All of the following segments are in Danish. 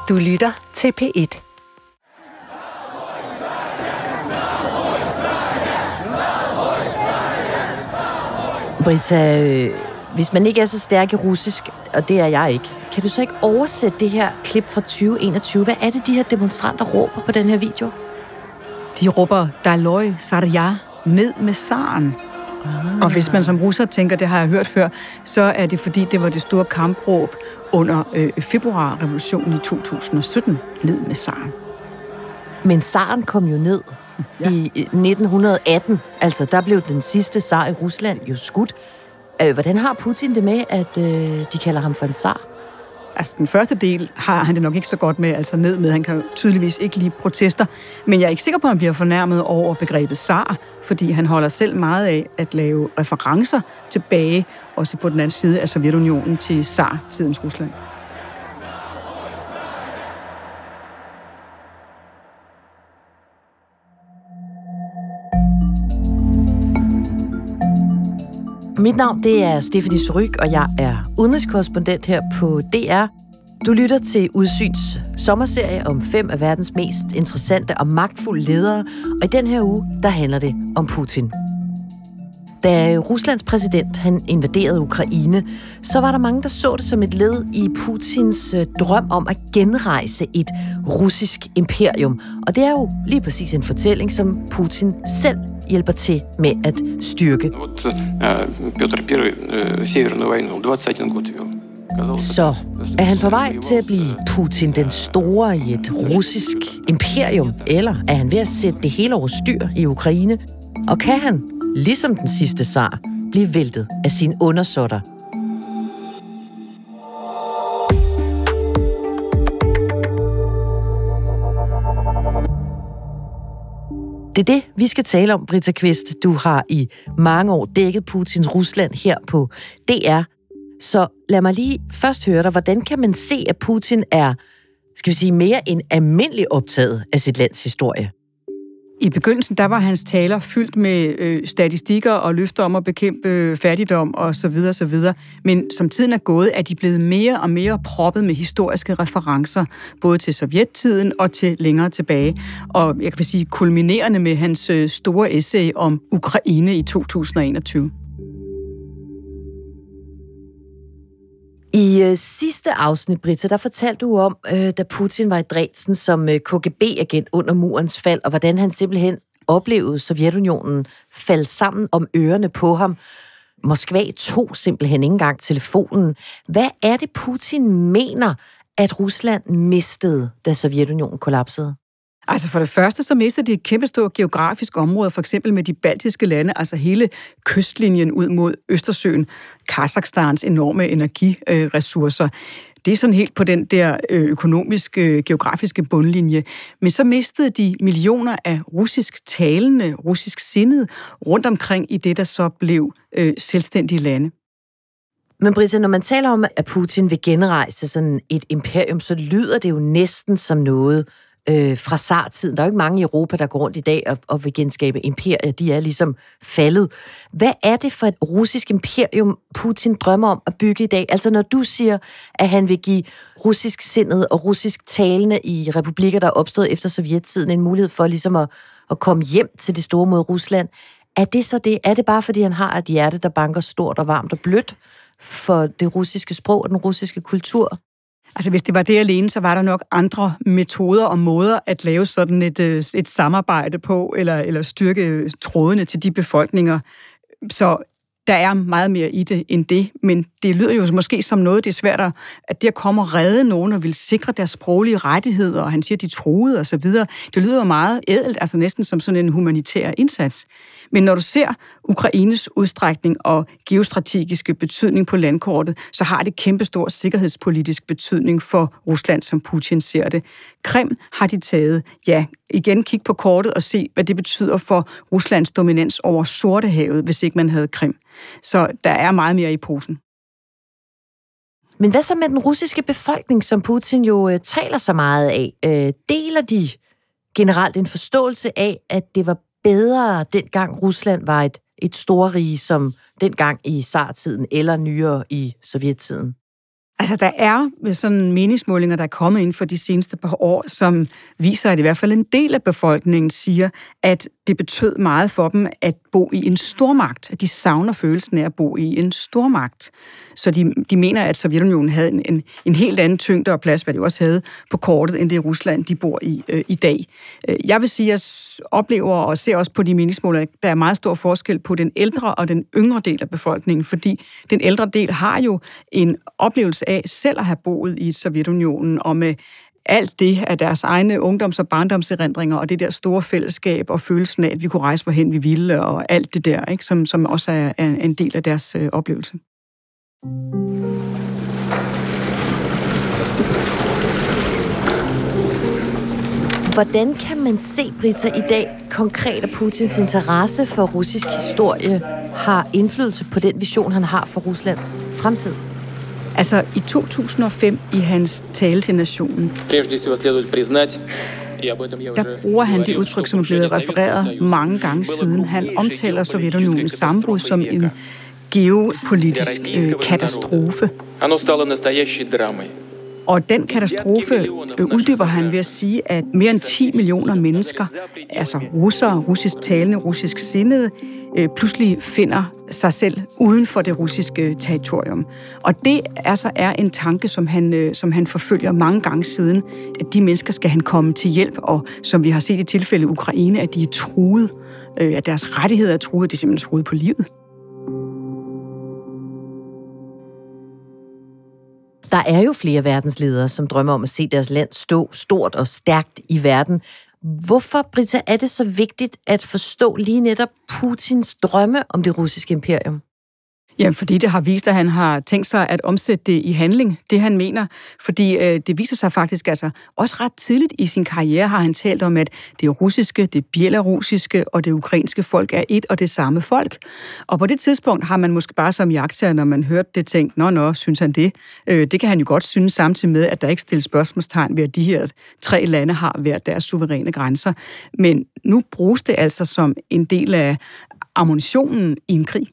Du lytter til P1. Britta, hvis man ikke er så stærk i russisk, og det er jeg ikke, kan du så ikke oversætte det her klip fra 2021? Hvad er det, de her demonstranter råber på den her video? De råber, Daloj Zarya, ned med zaren. Og hvis man som russer tænker, det har jeg hørt før, så er det fordi, det var det store kampråb under februarrevolutionen i 2017, ned med zaren. Men zaren kom jo ned i 1918. Altså, der blev den sidste zar i Rusland jo skudt. Hvordan har Putin det med, at de kalder ham for en zar? Altså, den første del har han det nok ikke så godt med, altså ned med. Han kan tydeligvis ikke lide protester. Men jeg er ikke sikker på, at han bliver fornærmet over begrebet zar, fordi han holder selv meget af at lave referencer tilbage, også på den anden side af Sovjetunionen, til zar-tidens Rusland. Mit navn, det er Stephanie Surrugue, og jeg er udenrigskorrespondent her på DR. Du lytter til Udsyns sommerserie om 5 af verdens mest interessante og magtfulde ledere, og i den her uge, der handler det om Putin. Da Ruslands præsident han invaderede Ukraine, så var der mange, der så det som et led i Putins drøm om at genrejse et russisk imperium. Og det er jo lige præcis en fortælling, som Putin selv hjælper til med at styrke. Så er han på vej til at blive Putin den store i et russisk imperium, eller er han ved at sætte det hele over styr i Ukraine? Og kan han, ligesom den sidste zar, blive væltet af sine undersåtter? Det er det, vi skal tale om, Britta Kvist. Du har i mange år dækket Putins Rusland her på DR. Så lad mig lige først høre dig, hvordan kan man se, at Putin er, skal vi sige, mere end almindelig optaget af sit lands historie? I begyndelsen, der var hans taler fyldt med statistikker og løfter om at bekæmpe fattigdom og så videre, så videre. Men som tiden er gået, er de blevet mere og mere proppet med historiske referencer, både til sovjettiden og til længere tilbage. Og jeg kan sige, kulminerende med hans store essay om Ukraine i 2021. I sidste afsnit, Britta, der fortalte du om, da Putin var i Dresden som KGB-agent under murens fald, og hvordan han simpelthen oplevede Sovjetunionen falde sammen om ørerne på ham. Moskva tog simpelthen ikke engang telefonen. Hvad er det, Putin mener, at Rusland mistede, da Sovjetunionen kollapsede? Altså for det første, så mistede de et kæmpestort geografisk område, for eksempel med de baltiske lande, altså hele kystlinjen ud mod Østersøen, Kazakhstans enorme energiressourcer. Det er sådan helt på den der økonomiske, geografiske bundlinje. Men så mistede de millioner af russisk talende, russisk sindede rundt omkring i det, der så blev selvstændige lande. Men Britta, når man taler om, at Putin vil genrejse sådan et imperium, så lyder det jo næsten som noget fra zartiden. Der er jo ikke mange i Europa, der går rundt i dag og vil genskabe imperier. De er ligesom faldet. Hvad er det for et russisk imperium, Putin drømmer om at bygge i dag? Altså når du siger, at han vil give russisk sindet og russisk talende i republikker, der er opstået efter sovjettiden, en mulighed for ligesom at komme hjem til det store mod Rusland. Er det så det? Er det bare, fordi han har et hjerte, der banker stort og varmt og blødt for det russiske sprog og den russiske kultur? Altså hvis det var det alene, så var der nok andre metoder og måder at lave sådan et samarbejde på, eller styrke trådene til de befolkninger. Så der er meget mere i det end det, men det lyder jo måske som noget, det er svært at der kommer og redde nogen og vil sikre deres sproglige rettigheder, og han siger, de truede og så videre. Det lyder jo meget ædelt, altså næsten som sådan en humanitær indsats. Men når du ser Ukraines udstrækning og geostrategiske betydning på landkortet, så har det kæmpestor sikkerhedspolitisk betydning for Rusland, som Putin ser det. Krim har de taget. Ja, igen kig på kortet og se, hvad det betyder for Ruslands dominans over Sortehavet, hvis ikke man havde Krim. Så der er meget mere i posen. Men hvad så med den russiske befolkning, som Putin jo taler så meget af? Deler de generelt en forståelse af, at det var bedre dengang Rusland var et storrige som dengang i zartiden eller nyere i sovjettiden? Altså, der er sådan meningsmålinger, der er kommet ind for de seneste par år, som viser, at i hvert fald en del af befolkningen siger, at det betød meget for dem at bo i en stormagt. At de savner følelsen af at bo i en stormagt. Så de mener, at Sovjetunionen havde en helt anden tyngde og plads, hvad de også havde på kortet, end det Rusland, de bor i dag. Jeg vil sige, at jeg oplever og ser også på de meningsmålinger, der er meget stor forskel på den ældre og den yngre del af befolkningen, fordi den ældre del har jo en oplevelse af selv at have boet i Sovjetunionen, og med alt det af deres egne ungdoms- og barndomserindringer, og det der store fællesskab, og følelsen af, at vi kunne rejse hvorhen vi ville, og alt det der, ikke? Som også er en del af deres oplevelse. Hvordan kan man se, Britta, i dag konkret, at Putins interesse for russisk historie har indflydelse på den vision, han har for Ruslands fremtid? Altså i 2005 i hans tale til nationen, der bruger han det udtryk, som er blevet refereret mange gange siden. Han omtaler Sovjetunionens sammenbrud som en geopolitisk katastrofe. Og den katastrofe uddyber han ved at sige, at mere end 10 millioner mennesker, altså russere, russisk talende, russisk sindede, pludselig finder sig selv uden for det russiske territorium. Og det altså er en tanke, som han forfølger mange gange siden, at de mennesker skal han komme til hjælp, og som vi har set i tilfælde Ukraine, at de er truet, at deres rettigheder er truet, de er simpelthen truet på livet. Der er jo flere verdensledere, som drømmer om at se deres land stå stort og stærkt i verden. Hvorfor, Britta, er det så vigtigt at forstå lige netop Putins drømme om det russiske imperium? Jamen, fordi det har vist, at han har tænkt sig at omsætte det i handling, det han mener. Fordi det viser sig faktisk, altså også ret tidligt i sin karriere har han talt om, at det russiske, det belarusiske og det ukrainske folk er et og det samme folk. Og på det tidspunkt har man måske bare som iagttager, når man hørte det, tænkt, nå, synes han det? Det kan han jo godt synes, samtidig med, at der ikke stilles spørgsmålstegn ved, at de her 3 lande har hver deres suveræne grænser. Men nu bruges det altså som en del af ammunitionen i en krig.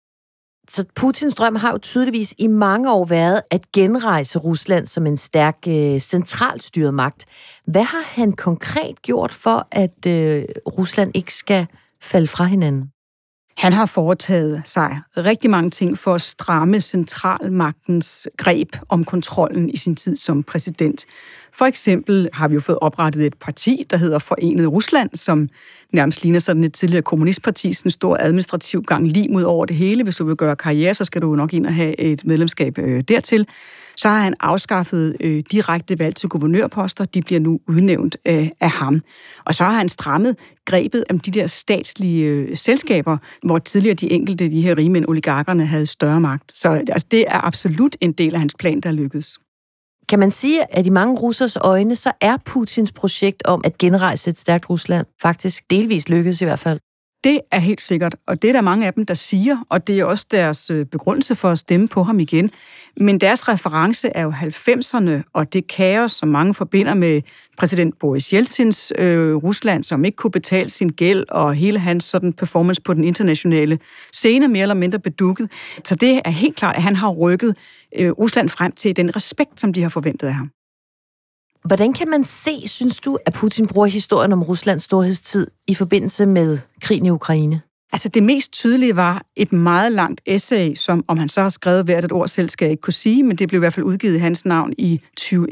Så Putins drøm har jo tydeligvis i mange år været at genrejse Rusland som en stærk centralt styret magt. Hvad har han konkret gjort for, at Rusland ikke skal falde fra hinanden? Han har foretaget sig rigtig mange ting for at stramme centralmagtens greb om kontrollen i sin tid som præsident. For eksempel har vi jo fået oprettet et parti, der hedder Forenet Rusland, som nærmest ligner sådan et tidligere kommunistparti, sådan en stor administrativ gang lige mod over det hele. Hvis du vil gøre karriere, så skal du nok ind og have et medlemskab dertil. Så har han afskaffet direkte valg til guvernørposter. De bliver nu udnævnt af ham. Og så har han strammet grebet om de der statslige selskaber, hvor tidligere de enkelte, de her rigmænd, oligarkerne, havde større magt. Så altså, det er absolut en del af hans plan, der lykkedes. Kan man sige, at i mange russers øjne, så er Putins projekt om at genrejse et stærkt Rusland faktisk delvis lykkedes i hvert fald? Det er helt sikkert, og det er der mange af dem, der siger, og det er også deres begrundelse for at stemme på ham igen. Men deres reference er jo 90'erne, og det kaos, som mange forbinder med præsident Boris Jeltsins Rusland, som ikke kunne betale sin gæld, og hele hans sådan performance på den internationale scene, mere eller mindre bedukket. Så det er helt klart, at han har rykket Rusland frem til den respekt, som de har forventet af ham. Hvordan kan man se, synes du, at Putin bruger historien om Ruslands storhedstid i forbindelse med krigen i Ukraine? Altså det mest tydelige var et meget langt essay, som om han så har skrevet hvert et ord selv, skal jeg ikke kunne sige, men det blev i hvert fald udgivet i hans navn i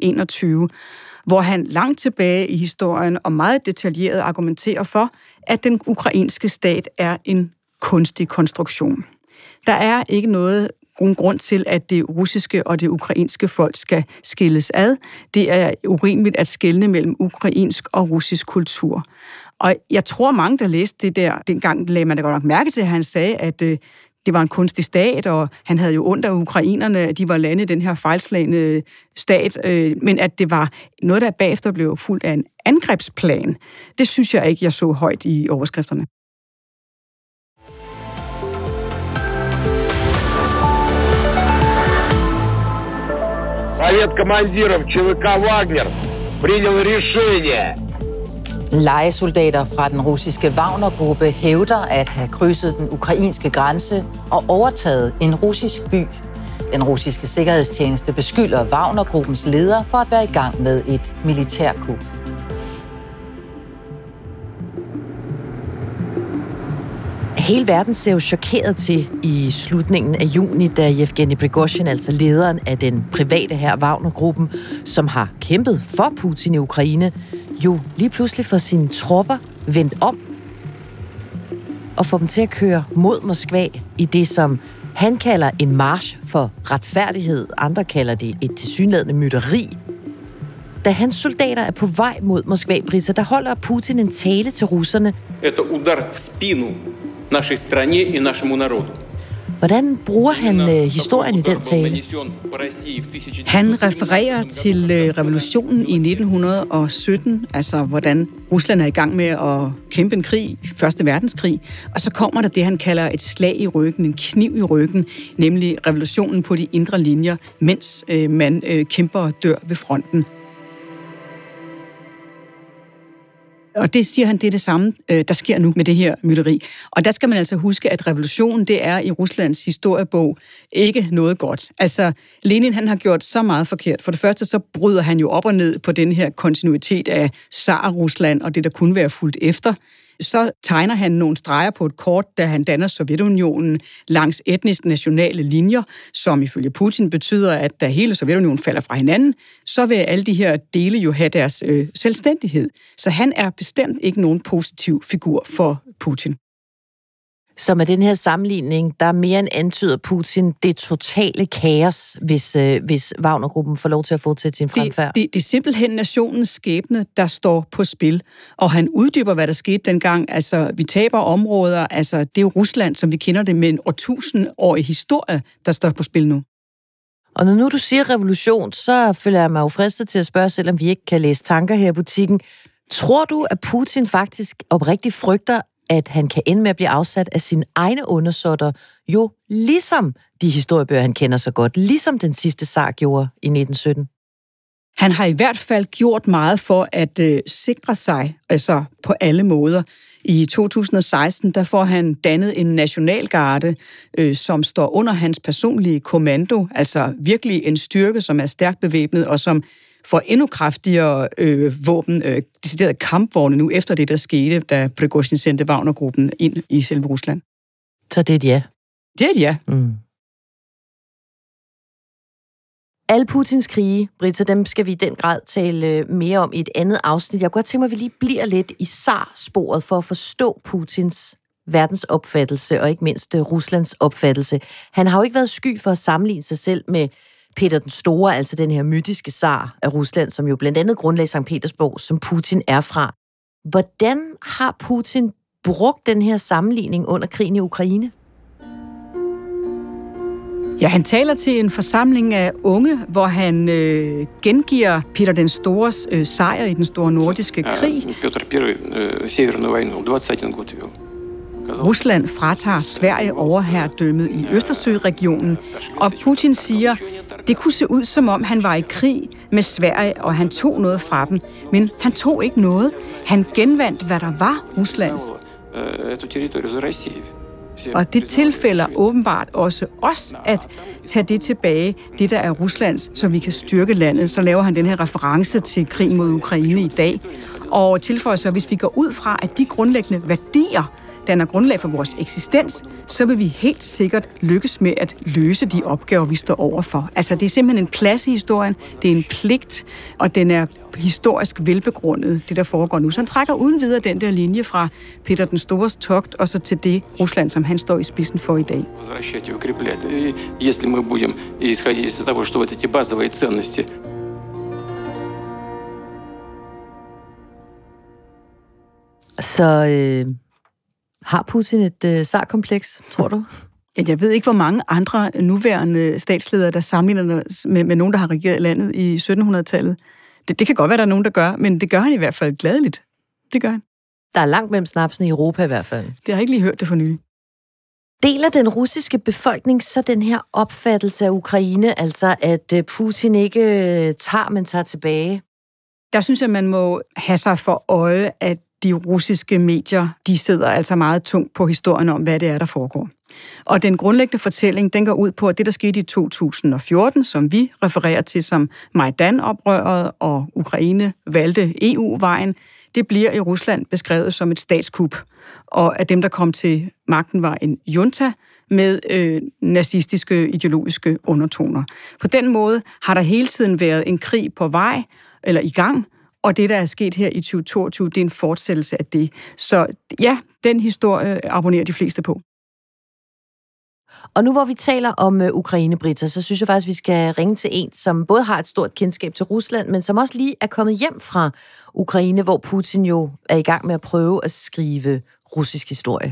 2021, hvor han langt tilbage i historien og meget detaljeret argumenterer for, at den ukrainske stat er en kunstig konstruktion. Der er ikke nogen grund til, at det russiske og det ukrainske folk skal skilles ad. Det er urimeligt at skelne mellem ukrainsk og russisk kultur. Og jeg tror, mange, der læste det der, dengang lagde man da godt nok mærke til, at han sagde, at det var en kunstig stat, og han havde jo ondt af ukrainerne, at de var landet i den her fejlslagne stat, men at det var noget, der bagefter blev fuldt af en angrebsplan. Det synes jeg ikke, jeg så højt i overskrifterne. Совет командиров ЧВК «Вагнер» принял решение. Lejesoldater fra den russiske Wagner-gruppe hævder at have krydset den ukrainske grænse og overtaget en russisk by. Den russiske sikkerhedstjeneste beskylder Wagner-gruppens leder for at være i gang med et militærkup. Hele verden ser jo chokeret til i slutningen af juni, da Yevgeny Prigozhin, altså lederen af den private hær Wagner-gruppen, som har kæmpet for Putin i Ukraine, jo lige pludselig får sine tropper vendt om og får dem til at køre mod Moskva i det, som han kalder en march for retfærdighed. Andre kalder det et tilsyneladende mytteri. Da hans soldater er på vej mod Moskva, Brita, der holder Putin en tale til russerne. Это удар в спину нашей стране и нашему народу. Hvordan bruger han historien i den tale? Han refererer til revolutionen i 1917, altså hvordan Rusland er i gang med at kæmpe en krig, Første Verdenskrig, og så kommer der det, han kalder et slag i ryggen, en kniv i ryggen, nemlig revolutionen på de indre linjer, mens man kæmper og dør ved fronten. Og det siger han, det er det samme, der sker nu med det her mytteri. Og der skal man altså huske, at revolutionen, det er i Ruslands historiebog ikke noget godt. Altså, Lenin, han har gjort så meget forkert. For det første, så bryder han jo op og ned på den her kontinuitet af Tsar-Rusland, og det, der kunne være fulgt efter. Så tegner han nogle streger på et kort, da han danner Sovjetunionen langs etnisk nationale linjer, som ifølge Putin betyder, at da hele Sovjetunionen falder fra hinanden, så vil alle de her dele jo have deres selvstændighed. Så han er bestemt ikke nogen positiv figur for Putin. Så med den her sammenligning, der mere end antyder Putin det totale kaos, hvis Wagner-gruppen får lov til at fortsætte sin fremfærd. Det er simpelthen nationens skæbne, der står på spil. Og han uddyber, hvad der skete dengang. Altså, vi taber områder. Altså, det er jo Rusland, som vi kender det, med en årtusindårig historie, der står på spil nu. Og når nu du siger revolution, så føler jeg mig jo fristet til at spørge, selvom vi ikke kan læse tanker her i butikken. Tror du, at Putin faktisk oprigtigt frygter, at han kan ende med at blive afsat af sine egne undersåtter, jo ligesom de historiebøger, han kender så godt, ligesom den sidste zar gjorde i 1917? Han har i hvert fald gjort meget for at sikre sig, altså på alle måder. I 2016, der får han dannet en nationalgarde, som står under hans personlige kommando, altså virkelig en styrke, som er stærkt bevæbnet, og som får endnu kraftigere våben, deciderede kampvogne nu, efter det, der skete, da Prigozhin sendte Wagner-gruppen ind i selve Rusland. Så det er et ja? Det er et ja. Mm. Alle Putins krige, Brita, dem skal vi i den grad tale mere om i et andet afsnit. Jeg kunne godt tænke mig, at vi lige bliver lidt i zar-sporet for at forstå Putins verdensopfattelse, og ikke mindst Ruslands opfattelse. Han har jo ikke været sky for at sammenligne sig selv med Peter den Store, altså den her mytiske zar af Rusland, som jo blandt andet grundlagde Sankt Petersborg, som Putin er fra. Hvordan har Putin brugt den her sammenligning under krigen i Ukraine? Ja, han taler til en forsamling af unge, hvor han gengiver Peter den Stores sejr i den store nordiske krig. Петр I Северную войну 21 год вел. Rusland fratager Sverige overherredømmet i Østersøregionen, og Putin siger, det kunne se ud som om han var i krig med Sverige, og han tog noget fra dem, men han tog ikke noget. Han genvandt, hvad der var Ruslands. Og det tilfælder åbenbart også os at tage det tilbage, det der er Ruslands, så vi kan styrke landet. Så laver han den her reference til krigen mod Ukraine i dag, og tilføjer så, hvis vi går ud fra, at de grundlæggende værdier, danner grundlag for vores eksistens, så vil vi helt sikkert lykkes med at løse de opgaver, vi står overfor. Altså, det er simpelthen en plads i historien, det er en pligt, og den er historisk velbegrundet, det der foregår nu. Så han trækker uden videre den der linje fra Peter den Stores togt, og så til det Rusland, som han står i spidsen for i dag. Så har Putin et zar-kompleks, tror du? Jeg ved ikke, hvor mange andre nuværende statsledere, der sammenligner med nogen, der har regeret landet i 1700-tallet. Det kan godt være, der er nogen, der gør, men det gør han i hvert fald gladeligt. Det gør han. Der er langt mellem snapsen i Europa i hvert fald. Det har jeg ikke lige hørt det for nylig. Deler den russiske befolkning så den her opfattelse af Ukraine, altså at Putin ikke tager, men tager tilbage? Der synes jeg, man må have sig for øje, at de russiske medier, de sidder altså meget tungt på historien om, hvad det er, der foregår. Og den grundlæggende fortælling, den går ud på, at det, der skete i 2014, som vi refererer til som Majdan-oprøret, og Ukraine valgte EU-vejen, det bliver i Rusland beskrevet som et statskup. Og at dem, der kom til magten, var en junta med nazistiske ideologiske undertoner. På den måde har der hele tiden været en krig på vej, eller i gang, og det, der er sket her i 2022, det er en fortsættelse af det. Så ja, den historie abonnerer de fleste på. Og nu hvor vi taler om Ukraine, Britta, så synes jeg faktisk, vi skal ringe til en, som både har et stort kendskab til Rusland, men som også lige er kommet hjem fra Ukraine, hvor Putin jo er i gang med at prøve at skrive russisk historie.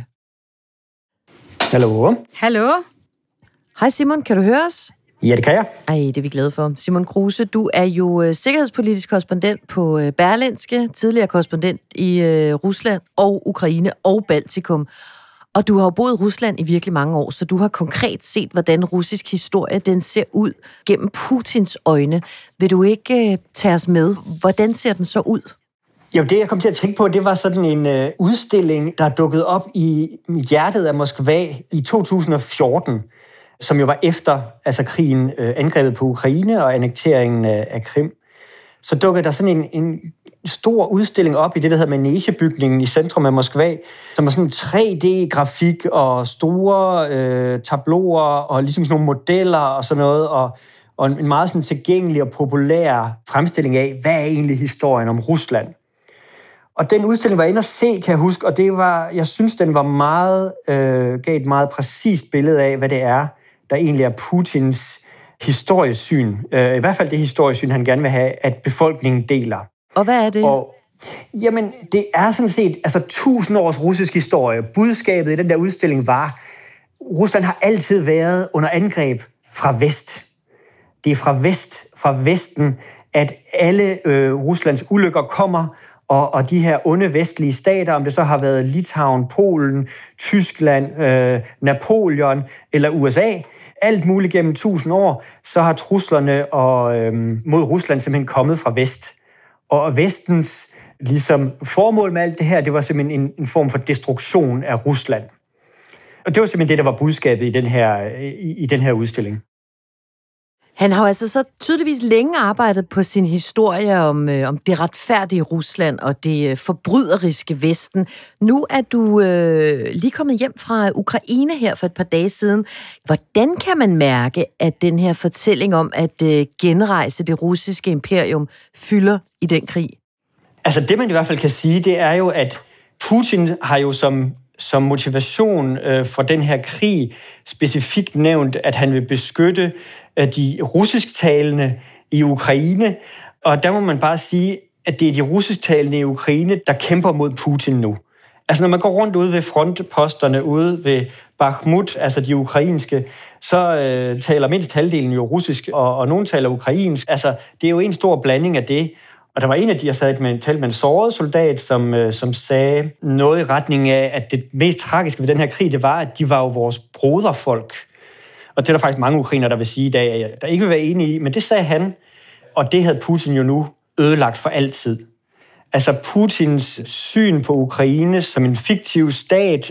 Hallo. Hallo. Hej Simon, kan du høre os? Ja, det kan jeg. Ej, det er vi glade for. Simon Kruse, du er jo sikkerhedspolitisk korrespondent på Berlingske, tidligere korrespondent i Rusland og Ukraine og Baltikum. Og du har jo boet i Rusland i virkelig mange år, så du har konkret set, hvordan russisk historie den ser ud gennem Putins øjne. Vil du ikke tage os med? Hvordan ser den så ud? Jo, det jeg kom til at tænke på, det var sådan en udstilling, der dukkede op i hjertet af Moskva i 2014, som jo var efter krigen, angrebet på Ukraine og annekteringen af Krim. Så dukkede der sådan en stor udstilling op i det, der hedder Manege-bygningen i centrum af Moskva, som var sådan en 3D-grafik og store tabloer og ligesom sådan nogle modeller og sådan noget, og en meget sådan tilgængelig og populær fremstilling af, hvad er egentlig historien om Rusland. Og den udstilling var inde at se, kan jeg huske, og jeg synes, den var gav et meget præcist billede af, hvad det er, der egentlig er Putins historiesyn. I hvert fald det historiesyn, han gerne vil have, at befolkningen deler. Og hvad er det? Jamen, det er sådan set 1000 års russisk historie. Budskabet i den der udstilling var, Rusland har altid været under angreb fra vest. Det er fra Vesten, at alle Ruslands ulykker kommer, og de her onde vestlige stater, om det så har været Litauen, Polen, Tyskland, Napoleon eller USA, alt muligt gennem 1000 år, så har truslerne mod Rusland simpelthen kommet fra vest. Og Vestens formål med alt det her, det var simpelthen en form for destruktion af Rusland. Og det var simpelthen det, der var budskabet i den her udstilling. Han har jo altså så tydeligvis længe arbejdet på sin historie om det retfærdige Rusland og det forbryderiske Vesten. Nu er du lige kommet hjem fra Ukraine her for et par dage siden. Hvordan kan man mærke, at den her fortælling om at genrejse det russiske imperium fylder i den krig? Altså det, man i hvert fald kan sige, det er jo, at Putin har jo som motivation for den her krig specifikt nævnt, at han vil beskytte de russisktalende i Ukraine. Og der må man bare sige, at det er de russisktalende i Ukraine, der kæmper mod Putin nu. Altså når man går rundt ude ved frontposterne, ude ved Bakhmut, altså de ukrainske, så taler mindst halvdelen jo russisk, og nogen taler ukrainsk. Altså det er jo en stor blanding af det. Og der var en af de, jeg talte med en såret soldat, som sagde noget i retning af, at det mest tragiske ved den her krig, det var, at de var jo vores broderfolk. Og det er der faktisk mange ukrainere, der vil sige i dag, der ikke vil være enige i, men det sagde han, og det havde Putin jo nu ødelagt for altid. Altså Putins syn på Ukraine som en fiktiv stat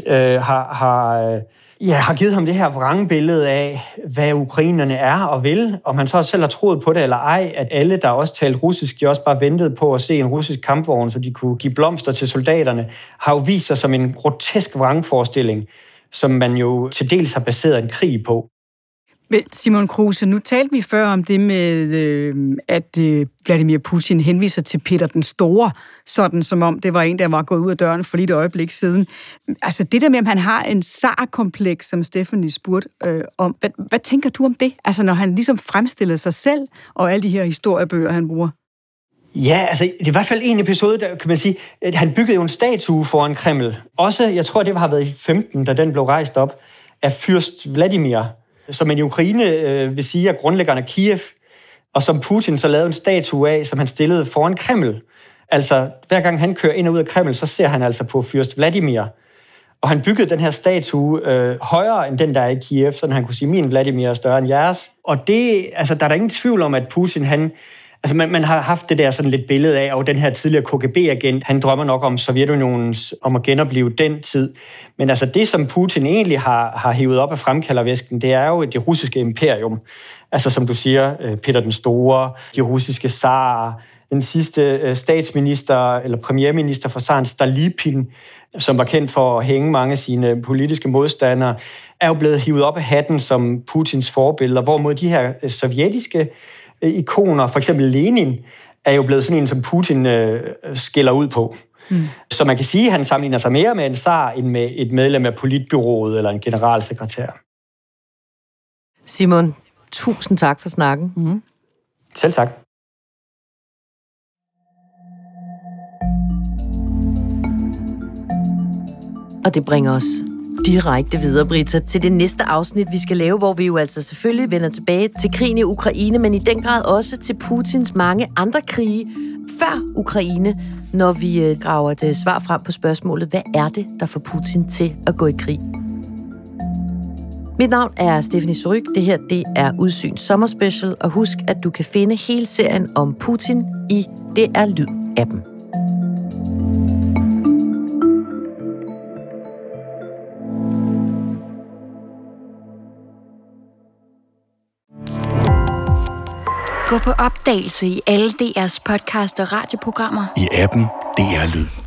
har givet ham det her vrangbillede af, hvad ukrainerne er og vil. Om han så selv har troet på det eller ej, at alle, der også talte russisk, de også bare ventede på at se en russisk kampvogn, så de kunne give blomster til soldaterne, har jo vist sig som en grotesk vrangforestilling, som man jo til dels har baseret en krig på. Simon Kruse, nu talte vi før om det med, at Vladimir Putin henviser til Peter den Store, sådan som om det var en, der var gået ud af døren for lige et øjeblik siden. Altså det der med, om han har en zar-kompleks, som Stephanie spurgte om. Hvad tænker du om det? Altså når han ligesom fremstiller sig selv og alle de her historiebøger, han bruger? Ja, altså det er i hvert fald en episode, der kan man sige, at han byggede jo en statue foran Kreml. Også, jeg tror, det har været i 15, da den blev rejst op, af fyrst Vladimir, som man i Ukraine vil sige er grundlæggeren af Kiev, og som Putin så lavede en statue af, som han stillede foran Kreml. Altså, hver gang han kører ind og ud af Kreml, så ser han altså på fyrst Vladimir. Og han byggede den her statue højere end den, der er i Kiev, så han kunne sige, min Vladimir er større end jeres. Og det, altså, der er der ingen tvivl om, at Putin, Altså man har haft det der sådan lidt billede af, og den her tidligere KGB-agent, han drømmer nok om Sovjetunionens, om at genopleve den tid. Men altså det, som Putin egentlig har hivet op af fremkaldervæsken, det er jo det russiske imperium. Altså som du siger, Peter den Store, de russiske zarer, den sidste statsminister eller premierminister for zaren Stolypin, som var kendt for at hænge mange af sine politiske modstandere, er jo blevet hivet op af hatten som Putins forbilleder, hvorimod de her sovjetiske ikoner, for eksempel Lenin, er jo blevet sådan en, som Putin skiller ud på. Så man kan sige, at han sammenligner sig mere med en zar, end med et medlem af politbyrådet eller en generalsekretær. Simon, tusind tak for snakken. Selv tak. Og det bringer os direkte videre, Britta, til det næste afsnit, vi skal lave, hvor vi jo altså selvfølgelig vender tilbage til krigen i Ukraine, men i den grad også til Putins mange andre krige før Ukraine, når vi graver et svar frem på spørgsmålet, hvad er det, der får Putin til at gå i krig? Mit navn er Stephanie Surrugue. Det her, det er Udsyn Sommerspecial, og husk, at du kan finde hele serien om Putin i DR Lyd-appen. Gå på opdagelse i alle DR's podcast og radioprogrammer. I appen DR Lyd.